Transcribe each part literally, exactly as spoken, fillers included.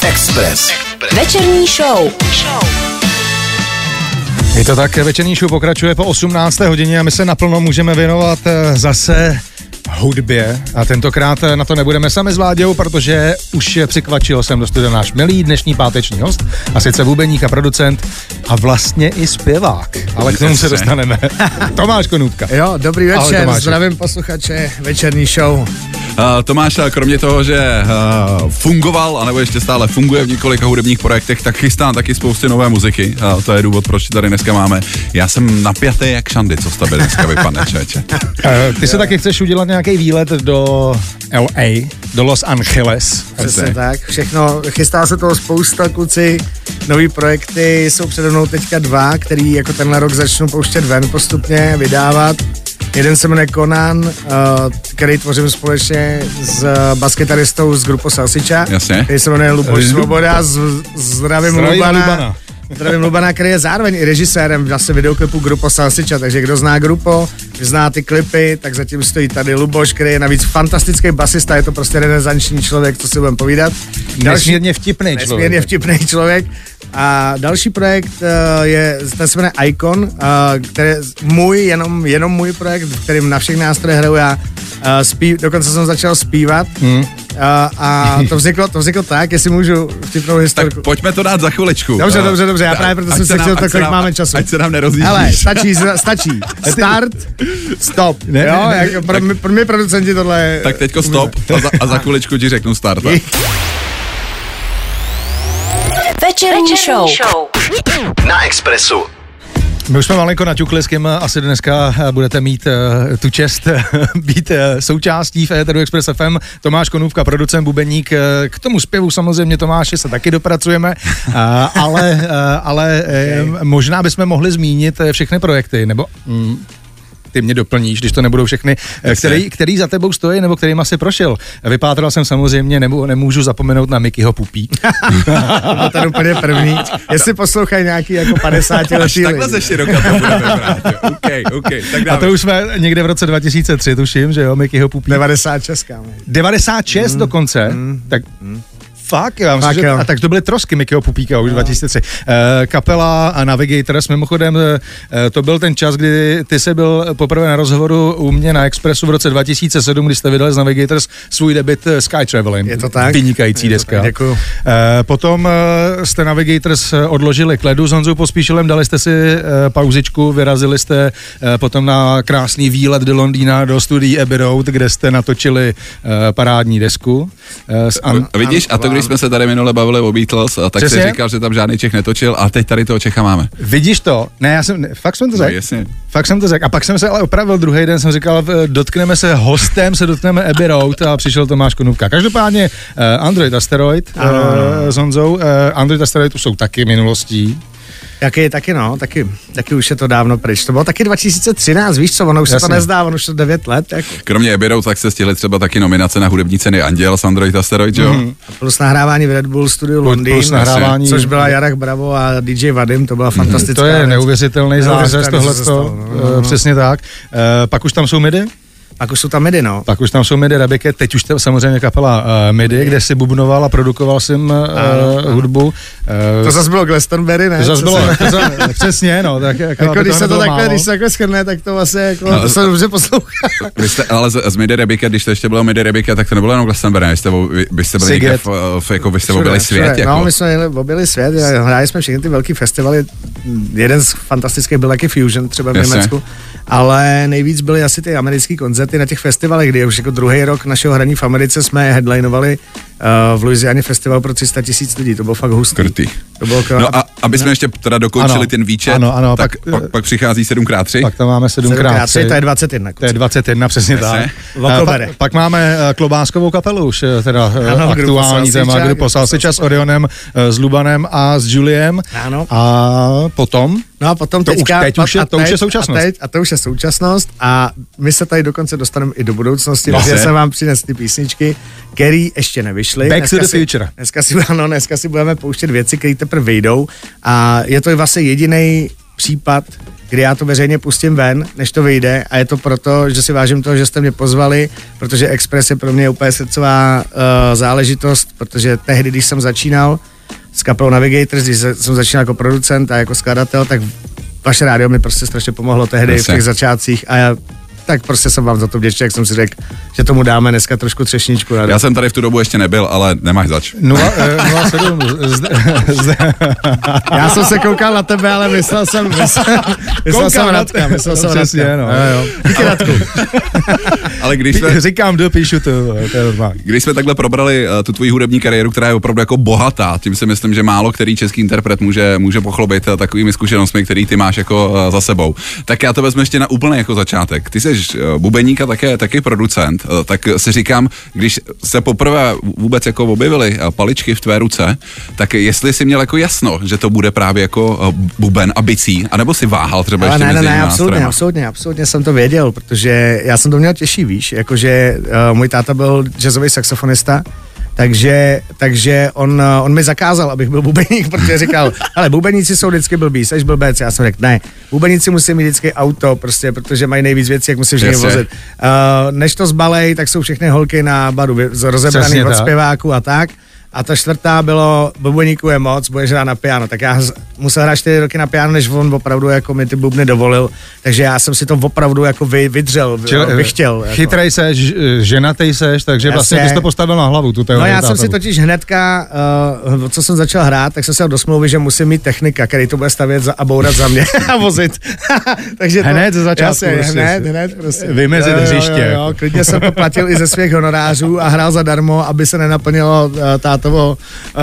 Express. Večerní show. Je to tak, večerní show pokračuje po osmnácté hodině a my se naplno můžeme věnovat zase hudbě a tentokrát na to nebudeme sami s Láďou, protože už přikvačil jsem do studia náš milý dnešní páteční host a sice bubeník a producent a vlastně i zpěvák, ale k tomu se dostaneme. Tomáš Konůbka. Jo, dobrý večer, Ahoj, zdravím posluchače večerní show. Uh, Tomáš, kromě toho, že uh, fungoval, anebo ještě stále funguje v několika hudebních projektech, tak chystá taky spousty nové muziky. Uh, to je důvod, proč tady dneska máme. Já jsem napjatý jak šandy, co z tebe dneska vypadne, čeče. Uh, ty se taky chceš udělat nějaký výlet do L A, do Los Angeles. Přesně tak, všechno, chystá se toho spousta, kluci, nový projekty, jsou přede mnou teďka dva, který jako tenhle rok začnu pouštět ven postupně, vydávat. Jeden se jmenuje Conan, uh, který tvořím společně s baskytaristou z Grupo Salsiča. Jasně. Který se jmenuje Luboš Svoboda, z, zdravím Lubana. Lubana. Zdravím Lubana, který je zároveň i režisérem vlastně videoklipu Grupo Salsiča, takže kdo zná Grupo, zná ty klipy, tak zatím stojí tady Luboš, který je navíc fantastický basista, je to prostě renesanční člověk, co si budeme povídat. Nesmírně vtipný člověk. Nesmírně vtipný člověk. A další projekt uh, je, ten se jmenuje Icon, uh, který je můj, jenom, jenom můj projekt, v kterým na všech nástrojích hraju já. Uh, zpív, dokonce jsem začal zpívat hmm. uh, a to vzniklo, to vzniklo tak, jestli můžu vtipnou historku. Tak pojďme to dát za chvilečku. Dobře, dobře, dobře, já právě proto jsem si chtěl to, kolik máme času. Ať se nám nerozjíždíš. Hele, stačí, stačí. Start, stop. Ne, jo, ne, ne, jako pro, my, pro mě producenti tohle je... Tak teďko stop a za, a za chvilečku ti řeknu start. Večerní show. Na Expressu. My už jsme malinko naťukli, s kým asi dneska budete mít uh, tu čest být uh, součástí v éteru Express F M. Tomáš Konůbka, producent, bubeník. Uh, k tomu zpěvu samozřejmě Tomáše se taky dopracujeme, uh, ale, uh, ale uh, možná bychom mohli zmínit všechny projekty, nebo... Mm, ty mě doplníš, když to nebudou všechny, který, který za tebou stojí, nebo kterým asi prošel. Vypátral jsem samozřejmě, nebo nemůžu zapomenout na Mickeyho Pupí. To ten úplně první. Jestli poslouchají nějaký jako padesátiletý lidi. Takhle ze široka to budeme brát. Okay, okay, tak dáme. A to už jsme někde v roce dva tisíce tři, tuším, že jo, Mickeyho Pupí. devadesát šest, kámo. devadesát šest mm, dokonce? Mm, tak... Mm. Fakt, já myslím, že, a tak to byly trosky Mickeyho Pupíka už no. dva tisíce tři. E, kapela Navigators, mimochodem, e, to byl ten čas, kdy ty jsi byl poprvé na rozhovoru u mě na Expressu v roce dva tisíce sedm, kdy jste vydali z Navigators svůj debut Sky Traveling. Je to tak? Vynikající Je deska. Tak, děkuju. E, potom e, jste Navigators odložili k ledu s Honzou Pospíšilem, dali jste si e, pauzičku, vyrazili jste e, potom na krásný výlet do Londýna, do studií Abbey Road, kde jste natočili e, parádní desku. E, s An- Vidíš, a to když jsme se tady minule bavili o Beatles, tak Přesně? jsi říkal, že tam žádný Čech netočil a teď tady toho Čecha máme. Vidíš to? Ne, já jsem, ne, fakt jsem to řekl. No, jasně. Fakt jsem to řekl. A pak jsem se ale opravil druhý den, jsem říkal, dotkneme se hostem, se dotkneme Abbey Road a přišel Tomáš Konůbka. Každopádně uh, Android Asteroid uh, s Honzou, uh, Android Asteroid už jsou taky minulostí. Jaký, taky no, taky, taky už je to dávno pryč. To bylo taky dva tisíce třináct, víš co, ono už Jasně. se to nezdá, ono už to devět let. Jako. Kromě Abbey Road, tak se stihli třeba taky nominace na hudební ceny Anděl s Android Asteroid, jo? Mm. Plus nahrávání v Red Bull Studio Londýn, plus nahrávání, což byla Jarach Bravo a D J Vadim, to byla fantastická. To je neuvěřitelný zářez tohleto, no, no, no. Přesně tak. Uh, pak už tam jsou midi? Pak už jsou tam midi, no. Pak už tam jsou midi Rebeke, teď už to samozřejmě kapela uh, midi, kde si bubnoval a produkoval jsem uh, hudbu. Uh, to zase bylo Glastonbury, ne? To zase bylo, to zase, přesně, no. Tak, jako, jako když se to takhle, když se takhle schrne, tak to vlastně jako, no, to se dobře poslouchá. Jste, ale z, z midi Rebeke, když to ještě bylo midi Rebeke, tak to nebylo jenom Glastonbury, vy jste, vy, vy jste byli někde, v, v, jako vy jste objeli svět. Všude. Jako. No, my jsme objeli svět, hráli jsme všechny ty velký festivaly, jeden z fantastických byl taky Fusion, třeba v Jasně. Německu, ale nejvíc byly asi ty americké koncerty na těch festivalech, kdy už jako druhý rok našeho hraní v Americe jsme headlinovali uh, v Louisianě festival pro tři sta tisíc lidí, to bylo fakt hustý. Krutý. To bylo krát... No a aby jsme no. ještě teda dokončili ano. ten výčet, ano, ano, tak pak, pak, pak přichází sedm krát tři. Pak tam máme sedm krát tři. To je dvacet jedna. To je dvacet jedna, přesně tak. Uh, pa, pak máme uh, klobáskovou kapelu už, teda uh, ano, aktuální téma, Grupo Salsiča s Orionem, uh, s Lubanem a s Juliem. Ano. A potom? No a potom to teďka, už, teď už je, to teď, už je současnost. A, teď, a to už je současnost a my se tady dokonce dostaneme i do budoucnosti, no, protože jsem vám přines ty písničky, které ještě nevyšly. Back dneska to the si, future. Dneska si, ano, dneska si budeme pouštět věci, které teprve vyjdou a je to vlastně jedinej případ, kdy já to veřejně pustím ven, než to vyjde a je to proto, že si vážím toho, že jste mě pozvali, protože Express je pro mě úplně srdcová uh, záležitost, protože tehdy, když jsem začínal s kapelou Navigators, když jsem začínal jako producent a jako skladatel, tak vaše rádio mi prostě strašně pomohlo tehdy Jasně. v těch začátcích a já tak prostě jsem vám za to vděčný, jak jsem si řekl, že tomu dáme dneska trošku třešničku. Já Já jsem tady v tu dobu ještě nebyl, ale nemáš zač. nula sedm Já jsem se koukal na tebe, ale myslel jsem, myslel, myslel jsem Radka, myslel jsem Radka. No. Díky Radku. Ale když jsme... Říkám, dopíšu to, to je normální. Když jsme takhle probrali uh, tu tvoji hudební kariéru, která je opravdu jako bohatá, tím si myslím, že málo který český interpret může, může pochlubit uh, takovými zkušenostmi, které ty máš jako uh, za sebou. Tak já to vezmu ještě na úplně jako začátek. Ty jsi bubeník a také, taky producent, tak si říkám, když se poprvé vůbec jako objevily paličky v tvé ruce, tak jestli jsi měl jako jasno, že to bude právě jako buben a bicí, anebo si váhal třeba ale ještě ne, mezi ne, jinými absolutně, nástrojema? absolutně, absolutně jsem to věděl, protože já jsem to měl těžší, víš, jakože uh, můj táta byl jazzový saxofonista, Takže, takže on, on mi zakázal, abych byl bubeník, protože říkal, ale bubeníci jsou vždycky blbí, seš blbec. Já jsem řekl, ne, bubeníci musí mít vždycky auto, prostě, protože mají nejvíc věcí, jak musí všichni vozit. Uh, než to zbalej, tak jsou všechny holky na baru rozebraný od zpěváků a tak. A ta čtvrtá bylo, bubeníků je moc, budeš hrát na piano. Tak já musel hrát čtyři roky na piano, než on opravdu jako mi ty bubny dovolil. Takže já jsem si to opravdu jako vy, vydřel, vychtěl. Jako. Chytrej seš, ženatej seš, takže vlastně bys to postavil na hlavu. Tu no já jsem si totiž hnedka, uh, co jsem začal hrát, tak jsem se do smlouvy, že musím mít technika, který to bude stavět za, a bourat za mě a vozit. Takže to, hned ze začátku. Jasně, prostě hned, hned, prostě. Vymezit hřiště. Jo, jo, jo, klidně jsem to platil i ze svých honorářů a hrál zadarmo, aby se nenaplnilo uh, tátovo,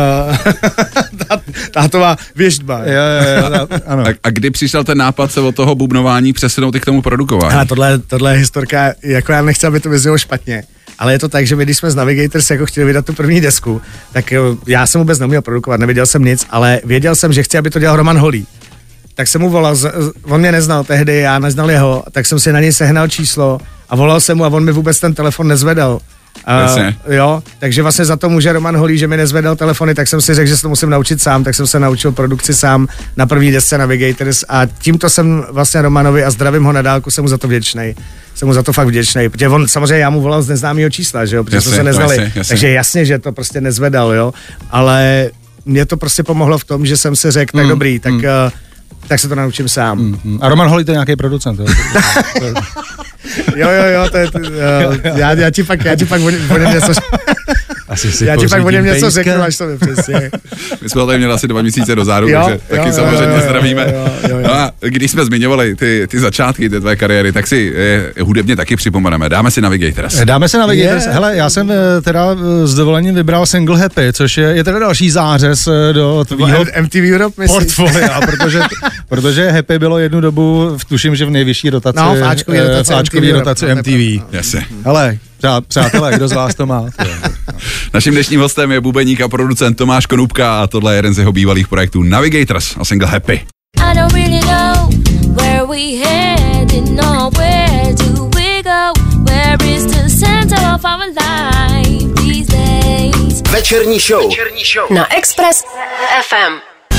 uh, tátová věštba. Jo, jo, jo, ano. A, a kdy přišel ten nápad se od toho bubnování přesunout i k tomu produkování? Hele, tohle, tohle je historka, jako já nechci, aby to vyznělo špatně. Ale je to tak, že my, když jsme z Navigators jako chtěli vydat tu první desku, tak já jsem vůbec neuměl produkovat, nevěděl jsem nic, ale věděl jsem, že chci, aby to dělal Roman Holý. Tak jsem mu volal, on mě neznal tehdy, já neznal jeho, tak jsem si na něj sehnal číslo a volal jsem mu a on mi vůbec ten telefon nezvedal. Uh, jo, takže vlastně za to může Roman Holý, že mi nezvedal telefony, tak jsem si řekl, že se to musím naučit sám, tak jsem se naučil produkci sám na první desce Navigators a tímto jsem vlastně Romanovi a zdravím ho na dálku, jsem mu za to vděčnej. Jsem mu za to fakt vděčnej, protože on samozřejmě já mu volal z neznámého čísla, že jo, protože jasně, jsme se neznali, jasně, jasně. Takže jasně, že to prostě nezvedal, jo, ale mě to prostě pomohlo v tom, že jsem si řekl, tak mm, dobrý, tak, mm. uh, tak se to naučím sám. Mm, a Roman Holý to je nějaký producent, jo? Jo, jo, jo, to je, to, uh, já, já ti pak, já ti pak o něm něco, já ti pak o něm něco řeknu, až to mi přesně. My jsme ho tady měli asi dva měsíce do záru, takže jo, taky jo, samozřejmě jo, jo, zdravíme. Jo, jo, jo. No a když jsme zmiňovali ty, ty začátky té tvé kariéry, tak si je, hudebně taky připomeneme. Dáme si Navigators. Dáme si Navigators. Yeah. Hele, já jsem teda s dovolením vybral single Happy, což je, je teda další zářez do tvýho M T V Europe, myslíš? Portfolia, protože, protože Happy bylo jednu dobu, tuším, že v nejvyšší rotaci, no, v Ačkový rotaci, v Ačkový rotaci M T V. Jasně. Hele, přátelé, kdo z vás to má? Naším dnešním hostem je bubeník a producent Tomáš Konupka a tohle je jeden z jeho bývalých projektů Navigators a single Happy. I don't really know where we headed, no, where do we go, where is the center of our life these days. Večerní show. Večerní show na Express F M.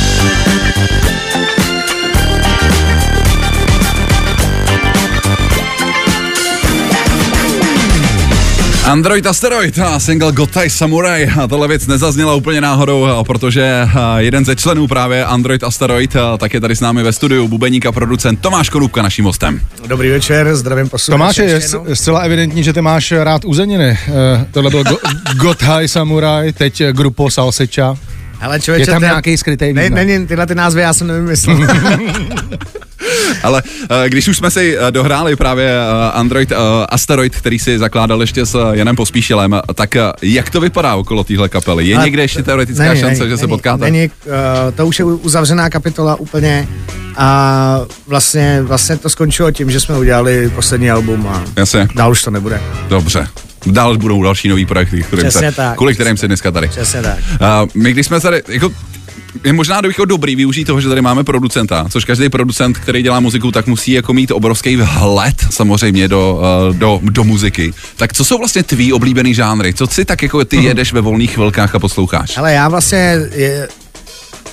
Android Asteroid a single Gotai Samurai. A tohle věc nezazněla úplně náhodou, protože jeden ze členů právě Android Asteroid tak je tady s námi ve studiu, bubeník a producent Tomáš Konupka naším hostem. Dobrý večer, zdravím posluchače. Tomáš, je zcela evidentní, že ty máš rád uzeniny. Tohle byl go- Gotai Samurai, teď Grupo Salsiccia. Hele, člověče, je tam nějaký skrytý význam. Ne, není, tyhle ty názvy já jsem nevymyslel. Ale když už jsme si dohráli právě Android Asteroid, který si zakládal ještě s Janem Pospíšilem, tak jak to vypadá okolo téhle kapely? Je někde ještě teoretická není, šance, není, že se není, potkáte? Není, to už je uzavřená kapitola úplně a vlastně, vlastně to skončilo tím, že jsme udělali poslední album a Jasně. dál už to nebude. Dobře. Dál budou další nový projekty, kterým se, kvůli kterým se dneska tady. Přesně tak. Uh, my když jsme tady, jako, je možná jako dobrý využít toho, že tady máme producenta, což každý producent, který dělá muziku, tak musí jako mít obrovský vhled samozřejmě do, uh, do, do muziky. Tak co jsou vlastně tvý oblíbený žánry? Co si tak jako ty jedeš ve volných chvilkách a posloucháš? Ale já vlastně je,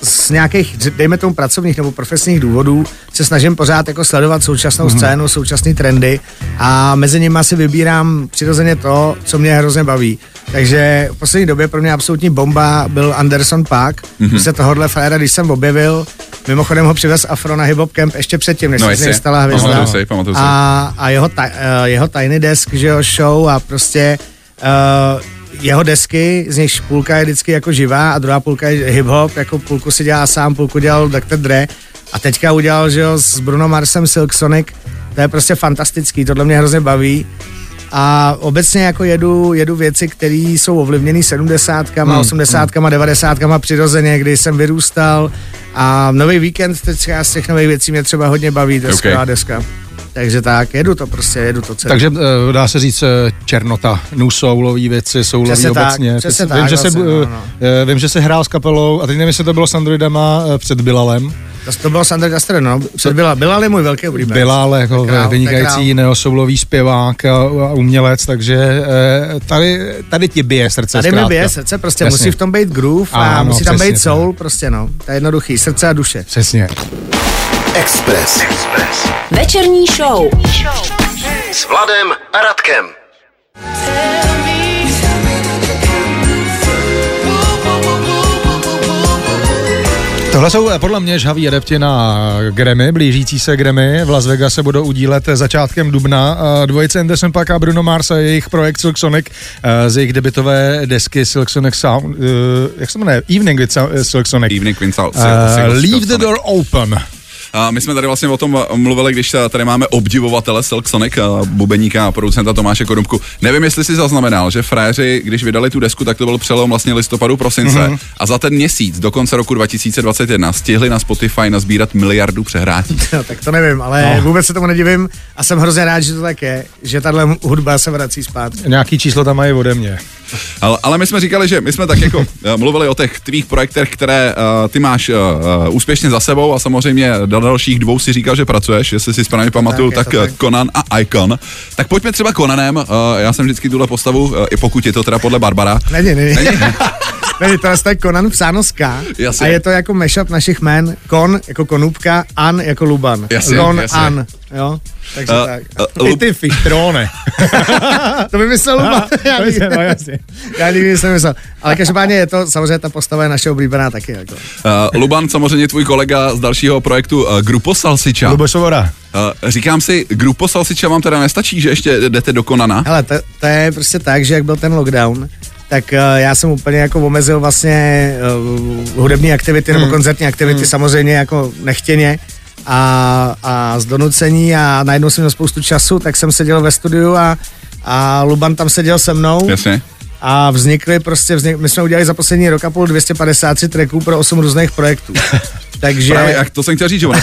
z nějakých, dejme tomu pracovních nebo profesních důvodů, se snažím pořád jako sledovat současnou mm-hmm. scénu, současné trendy a mezi nimi si vybírám přirozeně to, co mě hrozně baví. Takže v poslední době pro mě absolutní bomba byl Anderson .Paak. Mm-hmm. Se tohohle frajera, když jsem objevil, mimochodem ho přivez Afro na Hip Hop Camp ještě předtím, než no se z něj stala hvězda. Pamatuju si, pamatuju si. A, a jeho, ta, jeho Tiny Desk, že jo, show a prostě uh, jeho desky, z nichž půlka je vždycky jako živá a druhá půlka je hip-hop, jako půlku si dělá sám, půlku dělal doktor Dre a teďka udělal, že jo, s Bruno Marsem Silk Sonic, to je prostě fantastický, tohle mě hrozně baví. A obecně jako jedu, jedu věci, které jsou ovlivněné sedmdesátkama, hmm, osmdesátkama, hmm. devadesátkama přirozeně, kdy jsem vyrůstal a Nový víkend teďka z těch nových věcí mě třeba hodně baví, to je skvělá okay. deska. Takže tak, jedu to prostě, jedu to celé. Takže uh, dá se říct uh, černota, new soulový věci, soulový obecně. Tak, přesně vím, tak, že vlastně, se, uh, no, no. Uh, vím, že se hrál s kapelou, a teď nevím, jestli to bylo s Androidama uh, před Bilalem. To, to bylo s Android Duster, no, před Bilal, Bilal je můj velký oblíbenec. Bilal jako král, vynikající neosoulový zpěvák a, a umělec, takže uh, tady, tady ti bije srdce Tady zkrátka. mi bije srdce, prostě Jasně. musí v tom být groove a, a no, musí tam být soul, tak. prostě no, to je jednoduchý, srdce a duše. Přesně. Express. Express. Večerní show. S Vladem a Radkem. Tohle jsou podle mě žhaví adepti na Grammy, blížící se Grammy. V Las Vegas se budou udílet začátkem dubna. Dvojice Anderson .Paak a Bruno Mars a jejich projekt Silk Sonic z jejich debutové desky Silk Sonic Sound, jak se jmenuje? Evening with Silk Sonic. Evening with Silk Sonic. Uh, leave the door open. A my jsme tady vlastně o tom mluvili, když tady máme obdivovatele Silk Sonic, bubeníka a producenta Tomáše Korubku. Nevím, jestli jsi zaznamenal, že frajeři, když vydali tu desku, tak to byl přelom vlastně listopadu, prosince. Mm-hmm. A za ten měsíc, do konce roku dva tisíce dvacet jedna, stihli na Spotify nazbírat miliardu přehrátí. No, tak to nevím, ale no. vůbec se tomu nedivím a jsem hrozně rád, že to tak je, že tahle hudba se vrací zpátky. Nějaký číslo tam mají ode mě. Ale, ale my jsme říkali, že my jsme tak jako mluvili o těch tvých projektech, které uh, ty máš uh, úspěšně za sebou a samozřejmě do dalších dvou si říkal, že pracuješ, jestli si správně pamatuju, tak, tak, tak Conan a Icon. Tak pojďme třeba Conanem, uh, já jsem vždycky tuhle postavu, uh, i pokud je to teda podle Barbara. Není, není. není. Není, to je Conan psáno s K a je to jako mashup našich jmen, Kon jako Konůbka, An jako Luban. Jasně, Kon, jasně. An, jo. Takže uh, tak. Uh, I ty fištrone. To vymyslel Luban. Já nikdy, no, jasně. Já nikdy jsem myslel. Ale každopádně je to, samozřejmě ta postava je naše oblíbená taky. Jako. Uh, Luban, samozřejmě tvůj kolega z dalšího projektu uh, Grupo Salsiča. Lubo Svoboda. Uh, říkám si, Grupo Salsiča vám teda nestačí, že ještě jdete do Konana? Hele, to, to je prostě tak, že jak byl ten lockdown, tak uh, já jsem úplně jako omezil vlastně uh, hudební aktivity hmm. nebo koncertní aktivity hmm. samozřejmě jako nechtěně a, a z donucení a najednou jsem měl spoustu času, tak jsem seděl ve studiu a, a Luban tam seděl se mnou. Jasně. A vznikly prostě, vznik, my jsme udělali za poslední rok a půl dvě stě padesát tři tracků pro osm různých projektů. Takže... Právě, jak to jsem chtěl říct, že ona,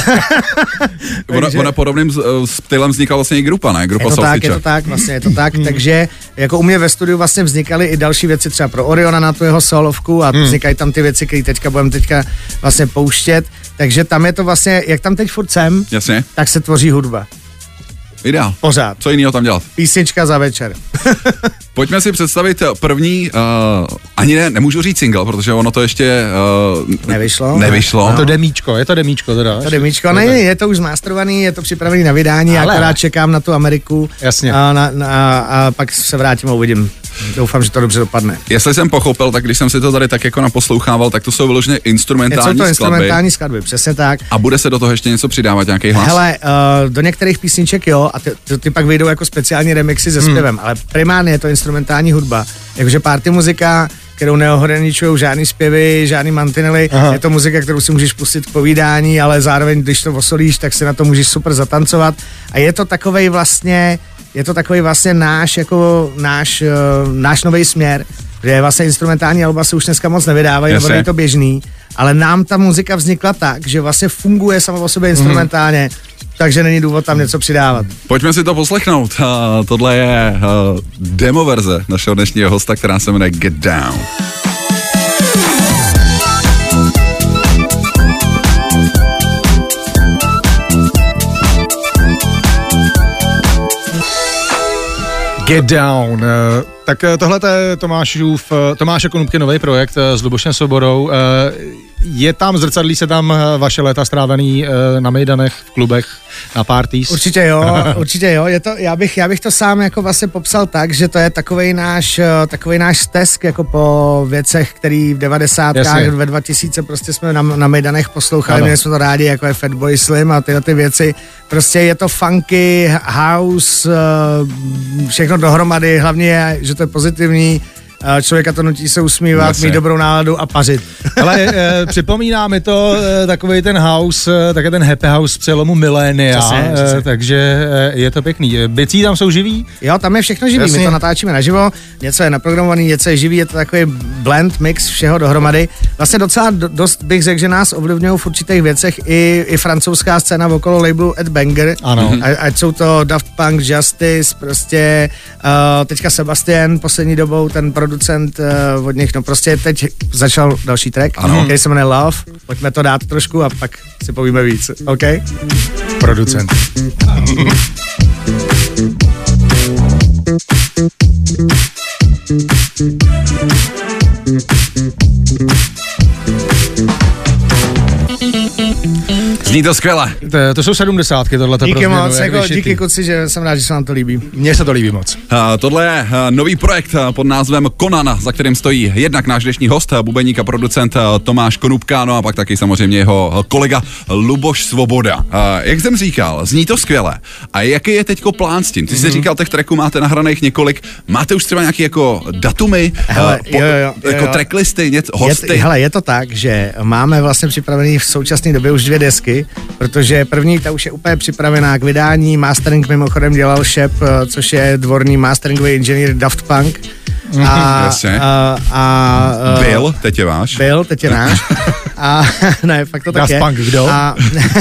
ona, takže... ona podobným stylem vznikla vlastně i grupa, ne? Grupa je to Salsiča. tak, je to tak, vlastně je to tak, takže jako u mě ve studiu vlastně vznikaly i další věci třeba pro Oriona na tu jeho solovku a hmm. vznikají tam ty věci, které teďka budeme teďka vlastně pouštět, takže tam je to vlastně, jak tam teď furt jsem, jasně. Tak se tvoří hudba. Ideál. Pořád. Co jiného tam dělat? Písnička za večer. Pojďme si představit první, uh, ani ne, nemůžu říct single, protože ono to ještě uh, nevyšlo. Nevyšlo. Je to demíčko, je to demíčko teda. To demíčko, ne, je to už zmástrovaný, je to připravený na vydání, ale... akorát čekám na tu Ameriku. Jasně. A, na, na, a pak se vrátím a uvidím. Doufám, že to dobře dopadne. Jestli jsem pochopil, tak když jsem si to tady tak jako naposlouchával, tak to jsou vyloženě instrumentální skladby. Jsou to instrumentální skladby, přesně tak. A bude se do toho ještě něco přidávat, nějaký hlas? Hele, uh, do některých písniček jo, a ty, ty, ty pak vyjdou jako speciální remixy se zpěvem, hmm. ale primárně je to instrumentální hudba. Jakože party muzika, kterou neohraničují žádný zpěvy, žádný mantinely. Aha. Je to muzika, kterou si můžeš pustit k povídání, ale zároveň, když to osolíš, tak si na to můžeš super zatancovat. A je to takovej vlastně, je to takový vlastně náš, jako náš, uh, náš nový směr, že vlastně instrumentální alba se už dneska moc nevydávají, nebo je to běžný, ale nám ta muzika vznikla tak, že vlastně funguje sama o sobě instrumentálně, mm. takže není důvod tam něco přidávat. Pojďme si to poslechnout. Uh, tohle je uh, demo verze našeho dnešního hosta, která se jmenuje Get Down. Get Down. Tak tohle je Tomášův, Tomáše Konubky nový projekt s Lubošem Svobodou. je tam, zrcadlí se tam vaše léta strávený na mejdanech, v klubech, na parties? Určitě jo, určitě jo. Je to, já, bych, já bych to sám jako vlastně popsal tak, že to je takovej náš, takovej náš stesk jako po věcech, který v devadesátkách, ve dva tisíce prostě jsme na, na mejdanech poslouchali, měli jsme to rádi, jako je Fatboy Slim a tyhle ty věci. Prostě je to funky, house, všechno dohromady, hlavně je, že to je pozitivní. Člověka to nutí se usmívat, Jasně. mít dobrou náladu a pařit. Ale e, připomíná mi to e, takový ten house, e, také ten happy house přelomu milénia, přesně, přesně. E, takže e, je to pěkný. Bicí tam jsou živí? Jo, tam je všechno živý, Jasně. my to natáčíme naživo, něco je naprogramovaný, něco je živý, je to takový blend, mix všeho dohromady. Vlastně docela dost bych řekl, že nás ovlivňují v určitých věcech i, i francouzská scéna okolo labelu Ed Banger. Ano. A, ať jsou to Daft Punk, Justice, prostě uh, teďka Sebastian poslední dobou, ten producent uh, od nich, no prostě teď začal další track, ano. který se jmenuje Love, pojďme to dát trošku a pak si povíme víc, OK? Producent. Zní to skvěle. To, to jsou sedmdesátky, tohle to díky moc, jako díky kuci, že jsem rád, že se vám to líbí. Mně se to líbí moc. Uh, tohle je uh, nový projekt uh, pod názvem Conan, za kterým stojí jednak náš dnešní host, uh, bubeník a producent uh, Tomáš Konupka, no a pak taky samozřejmě jeho uh, kolega Luboš Svoboda. Uh, jak jsem říkal, zní to skvěle. A jaký je teďko plán s tím? Ty mm-hmm. jsi říkal, těch tracků máte nahraných několik. Máte už třeba nějaký jako datumy, hele, uh, po, jo, jo, jo, jako jo. tracklisty, něco, hosty? Je, hele, je to tak, že máme vlastně připravený v současné době už dvě desky, protože první ta už je úplně připravená k vydání, mastering mimochodem dělal Shep, což je dvorní masteringový inženýr Daft Punk. A, a, a, a byl, teď je váš. Byl, teď je náš. A ne, fakt to tak Daft je. Punk, kdo? A,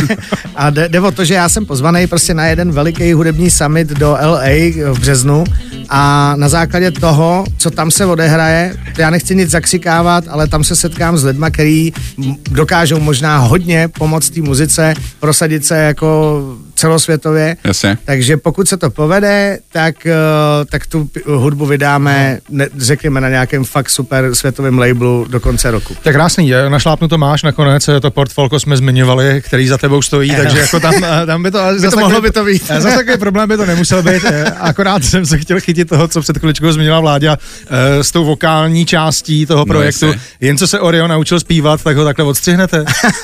a jde, jde o to, že já jsem pozvaný prostě na jeden veliký hudební summit do L A v březnu a na základě toho, co tam se odehraje, to já nechci nic zakřikávat, ale tam se setkám s lidma, který dokážou možná hodně pomoct té muzice, prosadit se jako celosvětově. Jasně. Takže pokud se to povede, tak, tak tu hudbu vydáme, ne, řekněme, na nějakém fakt super světovém labelu do konce roku. Tak krásný, našlápnu to máš nakonec, to portfolio jsme zmiňovali, který za tebou stojí, takže jako tam, tam by to... by to mohlo by to být. Zase takový problém by to nemusel být, akorát jsem se chtěl chytit toho, co před chviličkou zmínila Vláďa, s tou vokální částí toho projektu. No, jen co se Orion naučil zpívat, tak ho takhle odstřihnete.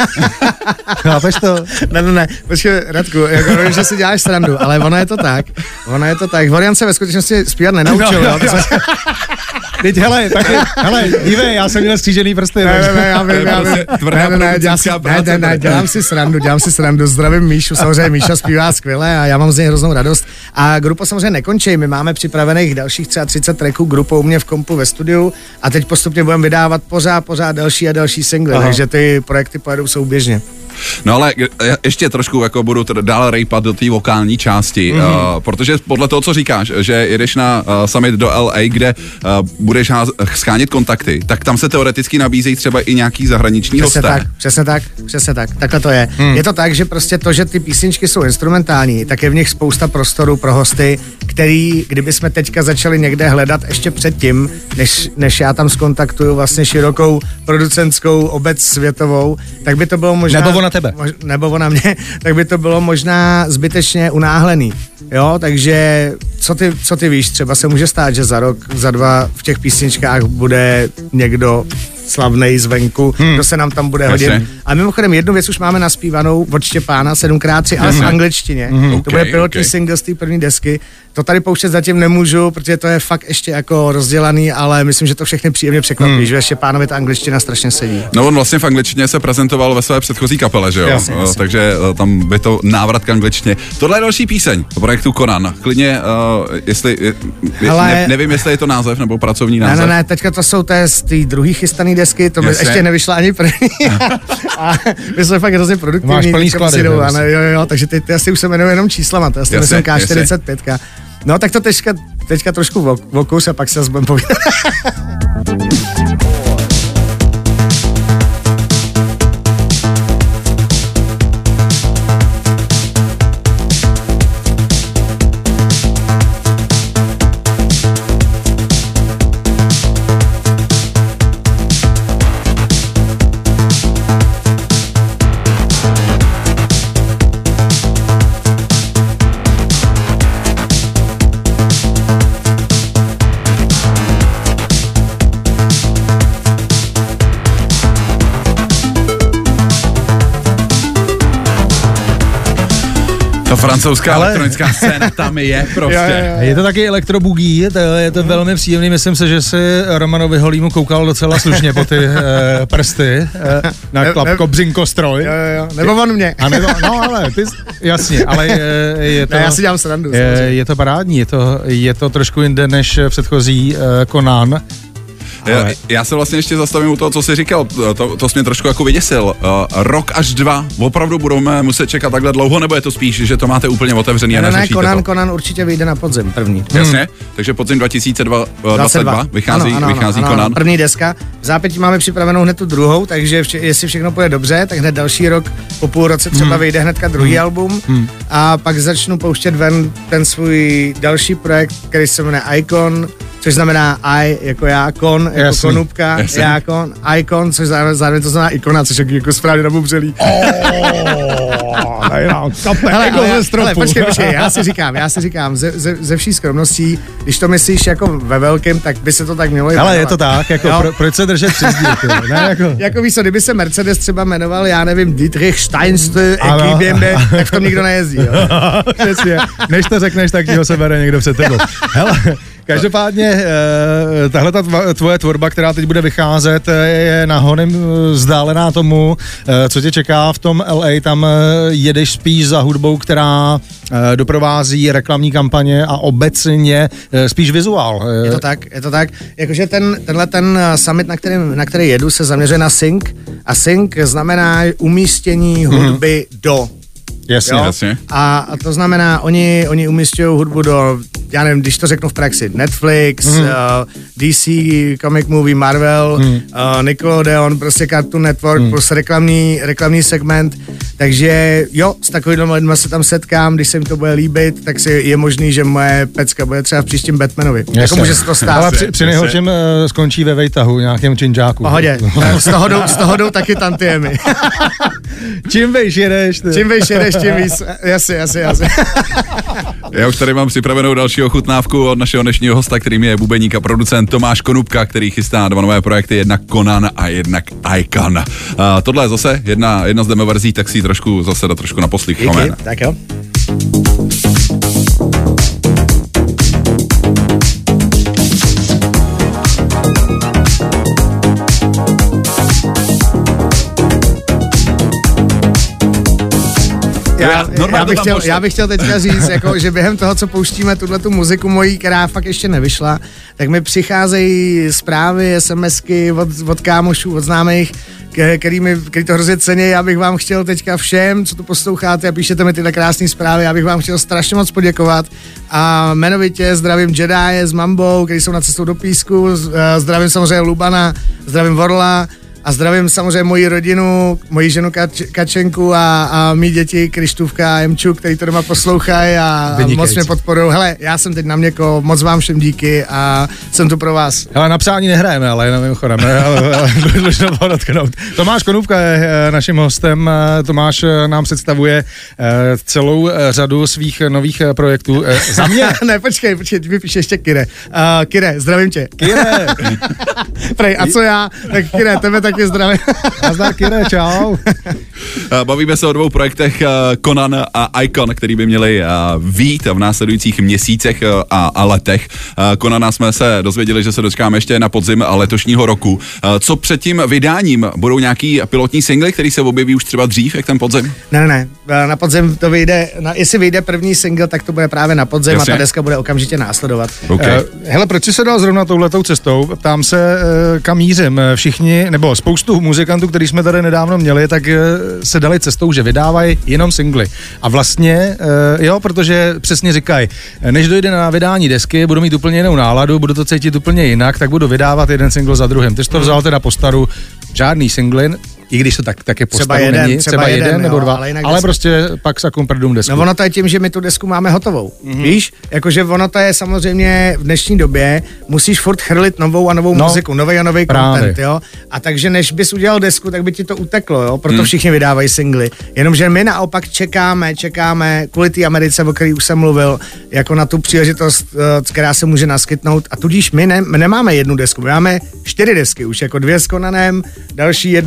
Chápeš to? Ne, ne, ne, počkej, Radku, jako vím, že si děláš srandu, ale ono je to tak, ono je to tak, Orion se ve skutečnosti zpívat nenaučil, no, no, no. Teď, hele, taky, hele, dívej, já jsem měl střížený prsty. Ne, ne, ne, já vím, já vím. Ne, ne, ne, dělám si, ne, ne, ne, dělám si srandu, dělám si srandu, zdravím Míšu, samozřejmě Míša zpívá skvěle a já mám z něj hroznou radost. A grupa samozřejmě nekončí, my máme připravených dalších třeba třicet tracků grupou u mě v kompu ve studiu a teď postupně budeme vydávat pořád, pořád další a další singly, takže ty projekty pojedou souběžně. No ale ještě trošku jako budu dál rejpat do té vokální části, mm-hmm. uh, protože podle toho, co říkáš, že jedeš na uh, summit do L A, kde uh, budeš schánit kontakty, tak tam se teoreticky nabízejí třeba i nějaký zahraniční přesně hosté. Tak, přesně tak, přesně tak, takhle to je. Hmm. Je to tak, že prostě to, že ty písničky jsou instrumentální, tak je v nich spousta prostoru pro hosty, který, kdyby jsme teďka začali někde hledat ještě předtím, než, než já tam skontaktuju vlastně širokou producentskou obec světovou, tak by to bylo možná... Nebo na tebe. Mož, nebo ona mě, tak by to bylo možná zbytečně unáhlený. Jo, takže co ty, co ty víš, třeba se může stát, že za rok, za dva v těch písničkách bude někdo slavnej zvenku, hmm. kdo se nám tam bude hodit. A mimochodem jednu věc už máme naspívanou od Štěpána, sedmkrát tři, ale v angličtině. Hmm. To okay, bude pilotní okay. single z té první desky. To tady pouštět zatím nemůžu, protože to je fakt ještě jako rozdělaný, ale myslím, že to všechny příjemně překvapí, hmm. že Štěpánovi ta angličtina strašně sedí. No on vlastně v angličtině se prezentoval ve své předchozí kapele, že jo? Jasně, jasně. Takže tam by to návrat k angličtině. Tohle je další píseň projektu Conan. Klidně, uh, jestli, je, ale... ne, nevím, jestli je to název nebo pracovní název. Ne, ne, ne, teďka to jsou té z té druhé chystané desky, to by ještě nevyšla ani první. A my jsme fakt hrozně produktivní. Máš plný sklady. Jo, jo, jo, takže ty, ty asi už se jmenují jenom číslama, to asi myslím K čtyřicet pět. No tak to teďka, teďka trošku vokus a pak se zase budeme povídat. Ta francouzská ale... elektronická scéna tam je prostě. Jo, jo, jo. Je to taky elektroboogie, to je to velmi příjemný, myslím si, že si Romanovi Holímu koukal docela slušně po ty e, prsty e, na ne, klapko břinkostroj. Jo, jo, jo. Nebo on mě. A nebo, no ale, ty, jasně, ale je, je to... Ne, já si dělám srandu. Je, je to parádní, je to, je to trošku jinde než předchozí e, Conan. Já, já se vlastně ještě zastavím u toho, co jsi říkal, to, to jsi mě trošku jako vyděsil. Uh, rok až dva, opravdu budeme muset čekat takhle dlouho, nebo je to spíš, že to máte úplně otevřený ne, a neřešíte ne, Conan, to? Conan určitě vyjde na podzim první. Jasně, hmm. takže podzim dva tisíce dvacet dva vychází, ano, ano, vychází ano, Conan. Ano, první deska, v zápětí máme připravenou hned tu druhou, takže vše, jestli všechno půjde dobře, tak hned další rok, po půl roce třeba hmm. vyjde hnedka druhý hmm. album hmm. a pak začnu pouštět ven ten svůj další projekt, který se jmenuje Icon, což znamená I jako já, kon, jako Jasný. konupka, Jasný. já, kon, icon, což zároveň to znamená ikona, což je jako správně nabubřelý. Hele, ale, ale počkej, počkej, já si říkám, já si říkám, ze, ze, ze vší skromností, když to myslíš jako ve velkém, tak by se to tak mělo jmenovat. Ale je to tak, jako pro, proč se držet přizdíky, ne, jako... jako víš co, kdyby se Mercedes třeba jmenoval, já nevím, Dietrich Steinste, Eký bé em bé, tak v tom nikdo nejezdí, jo. Přesně, než to řekneš, tak ti ho sebere někdo před tebou. Hele, každopádně tahle ta tvoje tvorba, která teď bude vycházet, je nahonem vzdálená tomu, co tě čeká v tom L A. Tam jedeš spíš za hudbou, která doprovází reklamní kampaně a obecně spíš vizuál. Je to tak, je to tak. Jakože ten, tenhle ten summit, na který, na který jedu, se zaměřuje na sync a sync znamená umístění hudby mm-hmm. do. Jasně, jasně. A, a to znamená, oni, oni umístějí hudbu do, já nevím, když to řeknu v praxi, Netflix, mm. uh, D C, Comic Movie, Marvel, mm. uh, Nickelodeon, prostě Cartoon Network, mm. plus reklamní, reklamní segment. Takže jo, s takovými lidmi se tam setkám, když se jim to bude líbit, tak si je možný, že moje pecka bude třeba v příštím Batmanovi. Jasně. Jako může se to stát. Ale při, při nejhorším uh, skončí ve Vejtahu, nějakém činžáku. Pohodě, z toho jdou, z toho jdou taky tantiemy. Čím vejš jedeš? Ty. Čím vejš jedeš, tím víc. Jasně, jasně, jasně. Já už tady mám připravenou další ochutnávku od našeho dnešního hosta, kterým je bubeník a producent Tomáš Konupka, který chystá dva nové projekty, jednak Conan a jednak Icon. Uh, tohle je zase jedna, jedna z demo verzí, tak si trošku zase do trošku na poslích. Díky, tak jo. Já, já, bych chtěl, já bych chtěl teďka říct, jako, že během toho, co pouštíme tuhletu muziku mojí, která fakt ještě nevyšla, tak mi přicházejí zprávy, SMSky od, od kámošů, od známých, který, mi, který to hrozně cení. Já bych vám chtěl teďka všem, co tu posloucháte a píšete mi tyhle krásné zprávy, já bych vám chtěl strašně moc poděkovat a jmenovitě zdravím Jedi s Mambou, který jsou na cestou do Písku, zdravím samozřejmě Lubana, zdravím Vorla, a zdravím samozřejmě moji rodinu, moji ženu Kač, Kačenku a, a mý děti Krištůvka a Jemču, který to doma poslouchají a, a moc mě podporují. Hele, já jsem teď na měko, moc vám všem díky a jsem tu pro vás. Hele, na přání nehrajeme, ale jenom mimochodem, dlužno podotknout. Tomáš Konupka je naším hostem, Tomáš nám představuje celou řadu svých nových projektů. Za mě? Ne, počkej, počkej, ty mi píše ještě Kire. Uh, Kire, zdravím tě. Kire. Prej, a co já? Tak Kire, tebe tak zdravím. Nazdar, Kire, čau. Bavíme se o dvou projektech Conan a Icon, který by měli vyjít v následujících měsících a, a letech. Conana jsme se dozvěděli, že se dočkáme ještě na podzim letošního roku. Co před tím vydáním? Budou nějaký pilotní singly, který se objeví už třeba dřív, jak ten podzim? Ne, ne, ne. Na podzim to vyjde, na, jestli vyjde první single, tak to bude právě na podzim. Jasně. A ta deska bude okamžitě následovat. Okay. Uh, hele, proč jsi se dal zrovna touhletou cestou? Ptám se, uh, kam mířím. Všichni, nebo spoustu muzikantů, který jsme tady nedávno měli, tak uh, se dali cestou, že vydávají jenom singly. A vlastně, uh, jo, protože přesně říkají, než dojde na vydání desky, budu mít úplně jinou náladu, budu to cítit úplně jinak, tak budu vydávat jeden single za druhým. Ty jsi to vzal teda po staru, žádný singly, i když to tak, tak je postavu jeden, není, třeba, třeba jeden, jeden nebo jo, dva, ale, ale prostě pak sakum prdům desku. No ono to je tím, že my tu desku máme hotovou, mm-hmm. víš? Jakože ono to je samozřejmě v dnešní době, musíš furt chrlit novou a novou no, muziku, nový a nový content, jo? A takže než bys udělal desku, tak by ti to uteklo, jo? Proto mm. všichni vydávají singly. Jenomže my naopak čekáme, čekáme kvůli té Americe, o který už jsem mluvil, jako na tu příležitost, která se může naskytnout a tudíž my, ne, my nemáme jednu desku, my máme čtyři desky už, jako dvě s Conanem, další jednu připravenou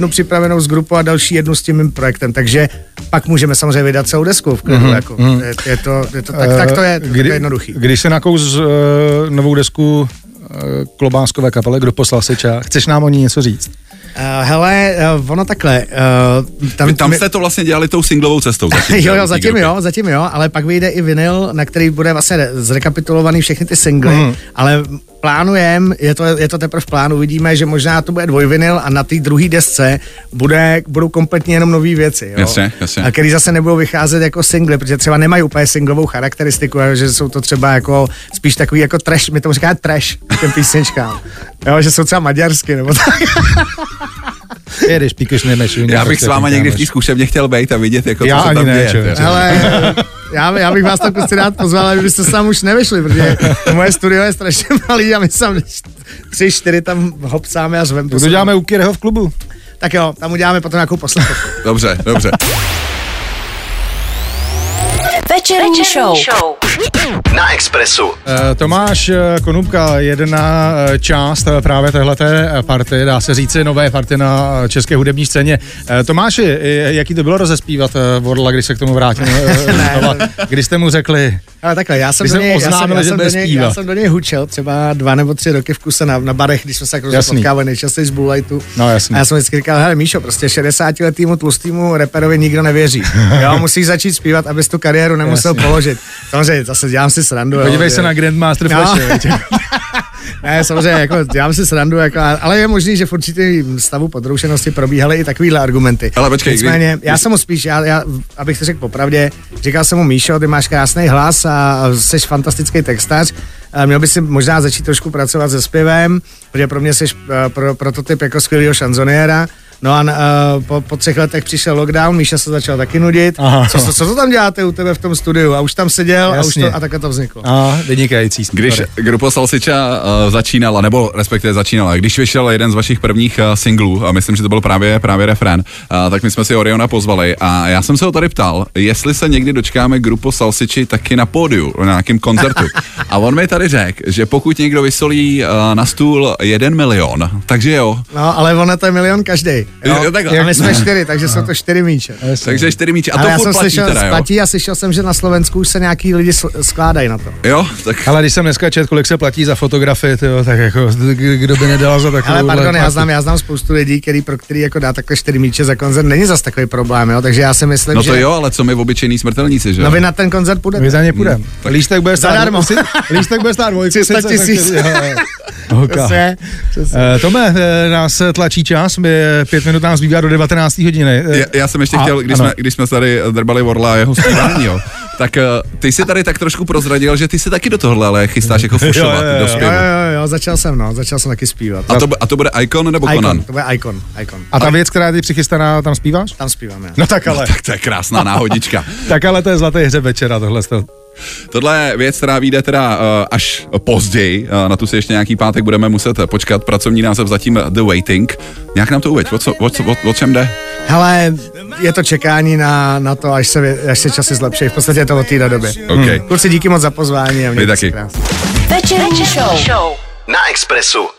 připravenou s grupou a další jednu s tím mým projektem, takže pak můžeme samozřejmě vydat celou desku v klidu, mm-hmm. jako, mm. je, je to, je to tak, uh, tak to je, kdy, to je jednoduchý. Když se nakous uh, novou desku uh, klobáskové kapele Grupo Salsiča, chceš nám o ní něco říct? Uh, hele, uh, ono takhle. Uh, tam tam my... jste to vlastně dělali tou singlovou cestou. Zatím, jo, jo, zatím jo, zatím jo, ale pak vyjde i vinyl, na který bude vlastně zrekapitulovaný všechny ty singly, mm. ale plánujem, je to, je to teprve v plánu, vidíme, že možná to bude dvojvinyl a na té druhé desce bude, budou kompletně jenom nové věci, jo? Jasně, jasně. A který zase nebudou vycházet jako singly, protože třeba nemají úplně singlovou charakteristiku, že jsou to třeba jako spíš takový jako trash, my tomu říkáme trash, těm písničkám, jo, že jsou třeba maďarsky, nebo tak. Jedeš, píkeš, nemeš. Já bych s váma někdy v té zkušebně chtěl být a vidět, jako já co se tam ne, děje. Ale já, já bych vás tam prostě rád pozval, ale byste se tam už nevešli, protože moje studio je strašně malý a my sam tři, čtyři tam hopsáme a zvem. To děláme u Kyreho v klubu. Tak jo, tam uděláme potom nějakou poslechovku. Dobře, dobře. Večerní show. Na Expressu. Uh, Tomáš Konupka, jedna část právě téhleté party, dá se říci, nové party na české hudební scéně. Uh, Tomáši, jaký to bylo rozespívat uh, Vorla, když se k tomu vrátím? Uh, když jste mu řekli, ale takhle, já jsem, do něj, já, jsem, já, jsem do něj, já jsem do něj hučel třeba dva nebo tři roky v kuse na, na barech, když jsme se jako potkávali nejčastěji z Blue Lightu. No, jasný. A já jsem vždycky říkal, hele Míšo, prostě šedesátiletýmu tlustýmu reperovi nikdo nevěří. Jo, musíš začít zpívat, abys tu kariéru nemusel jasný. Položit. Samozřejmě, zase dělám si srandu. Podívej jo, se je... na Grandmaster no. Flash. Ne, samozřejmě, jako dělám si srandu, jako, ale je možný, že v určitém stavu podroušenosti probíhaly i takovýhle argumenty. Ale počkej, nicméně, kdy... já jsem mu spíš, já, já, abych to řekl popravdě, říkal jsem mu, Míšo, ty máš krásný hlas a jsi fantastický textař, měl by si možná začít trošku pracovat se zpěvem, protože pro mě jsi pro, prototyp jako skvělýho šanzoniéra. No a uh, po, po třech letech přišel lockdown, Míša se začal taky nudit. Co, co, co to tam děláte u tebe v tom studiu? A už tam seděl a, už to, a takhle to vzniklo. A vynikající. Když Grupo Salsiča uh, začínala, nebo respektive začínala, když vyšel jeden z vašich prvních uh, singlů, a myslím, že to byl právě, právě refrén, uh, tak my jsme si Oriona pozvali a já jsem se ho tady ptal, jestli se někdy dočkáme Grupo Salsiči taky na pódiu, na nějakém koncertu. A on mi tady řekl, že pokud někdo vysolí uh, na stůl jeden milion, takže jo. No, ale ono to je milion každý. Jo, jo, a my jsme čtyři, takže no. Jsou to čtyři míče. Takže čtyři míče. A to ale furt já jsem platí slyšel, teda, jo? Platí a slyšel jsem, že na Slovensku už se nějaký lidi skládají na to. Jo, tak... Ale když jsem dneska čet, kolik se platí za fotografii, tyjo, tak jako, kdo by nedal za takovou... Ale pardon, já znám, já znám spoustu lidí, který, pro který jako dá takhle čtyři míče za koncert, není zas takový problém, jo, takže já si myslím, no to že... jo, ale co my obyčejní smrtelníci, že jo? No vy na ten koncert půjdete. My za ně půjdeme. Hmm, lístek bude stát... Zadarmo. Lístek bude stát dvojku. tři sta tisíc. Okay. Uh, Tome, nás tlačí čas, my pět minut nám zbývá do devatenácté hodiny. Já, já jsem ještě a, chtěl, když jsme, když jsme tady drbali Vorla a jeho zpívání, jo, tak uh, ty jsi tady tak trošku prozradil, že ty se taky do tohohle ale chystáš jako fušovat jo, jo, jo, do zpěvu. Jo, jo, jo, začal jsem, no, začal jsem taky zpívat. A to, a to bude Icon nebo Icon, Conan? to bude Icon, Icon. A ta ale... věc, která je ty přichystaná, tam zpíváš? Tam zpívám, já. No tak ale. No, tak to je krásná náhodička. Tak ale to je zlatý hře večera, tohle to. Tohle je věc, která vyjde teda uh, až později, uh, na tu si ještě nějaký pátek budeme muset počkat, pracovní název zatím The Waiting. Nějak nám to uveď, o, co, o, o, o čem jde? Hele, je to čekání na, na to, až se, až se časy zlepší, v podstatě je to od té doby. Okay. Kluci, díky moc za pozvání. A vy taky. Večerní show na Expressu.